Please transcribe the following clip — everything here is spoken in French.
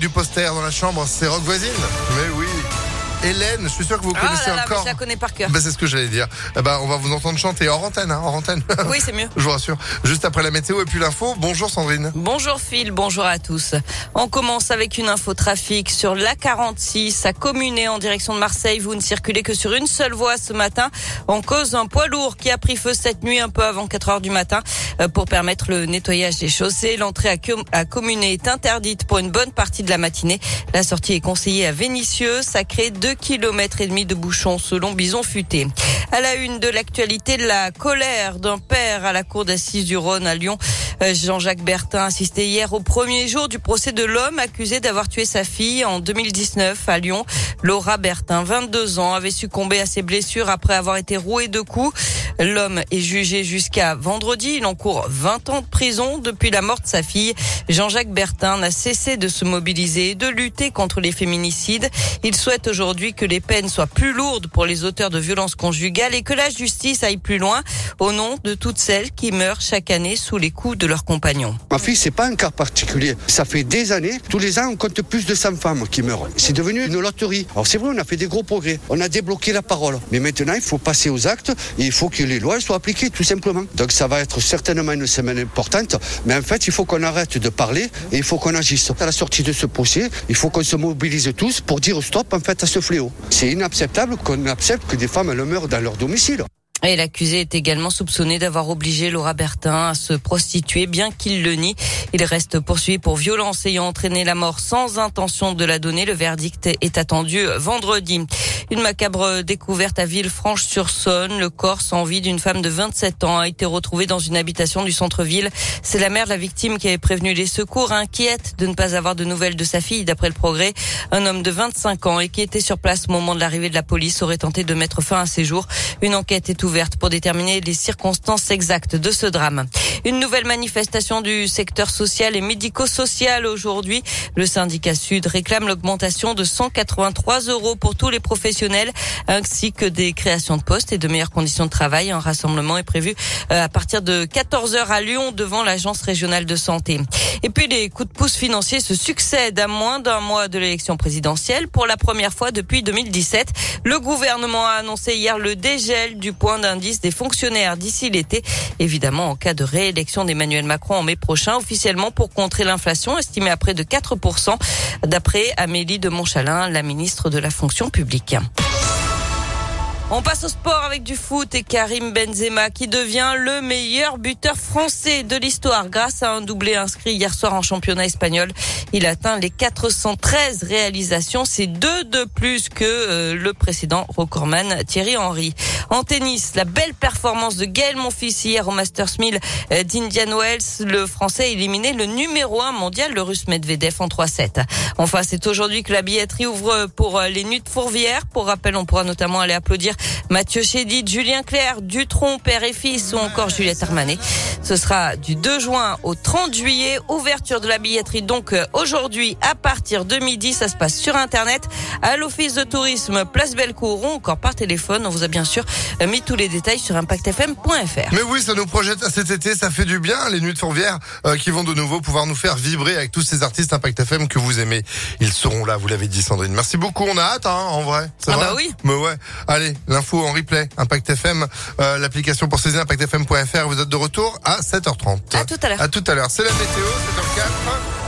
du poster dans la chambre, c'est Rock Voisine. Mais oui. Hélène, je suis sûr que vous connaissez encore. Je la connais par cœur. C'est ce que j'allais dire. On va vous entendre chanter hors antenne, hors antenne. Oui, c'est mieux. Je vous rassure. Juste après la météo et puis l'info. Bonjour Sandrine. Bonjour Phil, bonjour à tous. On commence avec une info trafic sur l'A46 à Communé en direction de Marseille. Vous ne circulez que sur une seule voie ce matin en cause d'un poids lourd qui a pris feu cette nuit un peu avant 4 heures du matin pour permettre le nettoyage des chaussées. L'entrée à Communé est interdite pour une bonne partie de la matinée. La sortie est conseillée à Vénissieux. Ça crée 2,5 km de bouchons selon Bison Futé. À la une de l'actualité, la colère d'un père à la cour d'assises du Rhône à Lyon. Jean-Jacques Bertin assistait hier au premier jour du procès de l'homme accusé d'avoir tué sa fille en 2019 à Lyon. Laura Bertin, 22 ans, avait succombé à ses blessures après avoir été rouée de coups. L'homme est jugé jusqu'à vendredi. Il encourt 20 ans de prison depuis la mort de sa fille. Jean-Jacques Bertin n'a cessé de se mobiliser et de lutter contre les féminicides. Il souhaite aujourd'hui que les peines soient plus lourdes pour les auteurs de violences conjugales et que la justice aille plus loin au nom de toutes celles qui meurent chaque année sous les coups de leurs compagnons. Ma fille, c'est pas un cas particulier. Ça fait des années, tous les ans, on compte plus de 100 femmes qui meurent. C'est devenu une loterie. Alors c'est vrai, on a fait des gros progrès. On a débloqué la parole. Mais maintenant, il faut passer aux actes et il faut que les lois soient appliquées, tout simplement. Donc ça va être certainement une semaine importante. Mais en fait, il faut qu'on arrête de parler et il faut qu'on agisse. À la sortie de ce procès, il faut qu'on se mobilise tous pour dire stop, en fait, à ce fléau. C'est inacceptable qu'on accepte que des femmes elles meurent dans leur domicile. Et l'accusé est également soupçonné d'avoir obligé Laura Bertin à se prostituer, bien qu'il le nie. Il reste poursuivi pour violence ayant entraîné la mort sans intention de la donner. Le verdict est attendu vendredi. Une macabre découverte à Villefranche-sur-Saône. Le corps sans vie d'une femme de 27 ans a été retrouvé dans une habitation du centre-ville. C'est la mère de la victime qui avait prévenu les secours, inquiète de ne pas avoir de nouvelles de sa fille. D'après le Progrès, un homme de 25 ans et qui était sur place au moment de l'arrivée de la police aurait tenté de mettre fin à ses jours. Une enquête est ouverte pour déterminer les circonstances exactes de ce drame. Une nouvelle manifestation du secteur social et médico-social aujourd'hui. Le syndicat Sud réclame l'augmentation de 183 € pour tous les professionnels ainsi que des créations de postes et de meilleures conditions de travail. Un rassemblement est prévu à partir de 14h à Lyon devant l'agence régionale de santé. Et puis les coups de pouce financiers se succèdent à moins d'un mois de l'élection présidentielle. Pour la première fois depuis 2017, le gouvernement a annoncé hier le dégel du point d'indice des fonctionnaires d'ici l'été. Évidemment, en cas de réélection d'Emmanuel Macron en mai prochain, officiellement pour contrer l'inflation estimée à près de 4%, d'après Amélie de Montchalin, la ministre de la fonction publique. On passe au sport avec du foot et Karim Benzema qui devient le meilleur buteur français de l'histoire grâce à un doublé inscrit hier soir en championnat espagnol. Il atteint les 413 réalisations, c'est 2 de plus que le précédent recordman Thierry Henry. En tennis, la belle performance de Gaël Monfils hier au Masters 1000 d'Indian Wells. Le Français a éliminé le numéro 1 mondial, le Russe Medvedev, en 3-7. Enfin, c'est aujourd'hui que la billetterie ouvre pour les Nuits de Fourvière. Pour rappel, on pourra notamment aller applaudir Mathieu Chédid, Julien Clerc, Dutronc, père et fils ou encore Juliette Armanet. Ce sera du 2 juin au 30 juillet. Ouverture de la billetterie donc aujourd'hui à partir de midi. Ça se passe sur Internet, à l'Office de tourisme Place Bellecour ou encore par téléphone. On vous a bien sûr mis tous les détails sur impactfm.fr. Mais oui, ça nous projette à cet été, ça fait du bien. Les Nuits de Fourvière qui vont de nouveau pouvoir nous faire vibrer avec tous ces artistes Impact FM que vous aimez. Ils seront là, vous l'avez dit Sandrine. Merci beaucoup, on a hâte en vrai. Ah bah oui. Mais ouais, allez, l'info en replay, Impact FM, l'application pour saisir impactfm.fr. Vous êtes de retour à 7h30. À tout à l'heure. À tout à l'heure. C'est la météo, 7h04.